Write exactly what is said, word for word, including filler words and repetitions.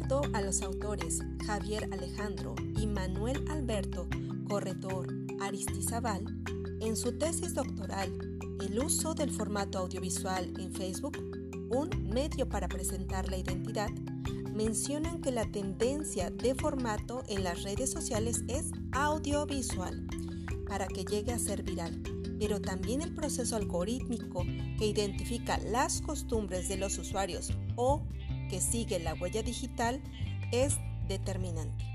acuerdo a los autores Javier Alejandro y Manuel Alberto Corredor Aristizábal, en su tesis doctoral El uso del formato audiovisual en Facebook, un medio para presentar la identidad, mencionan que la tendencia de formato en las redes sociales es audiovisual para que llegue a ser viral, pero también el proceso algorítmico que identifica las costumbres de los usuarios o que sigue la huella digital es determinante.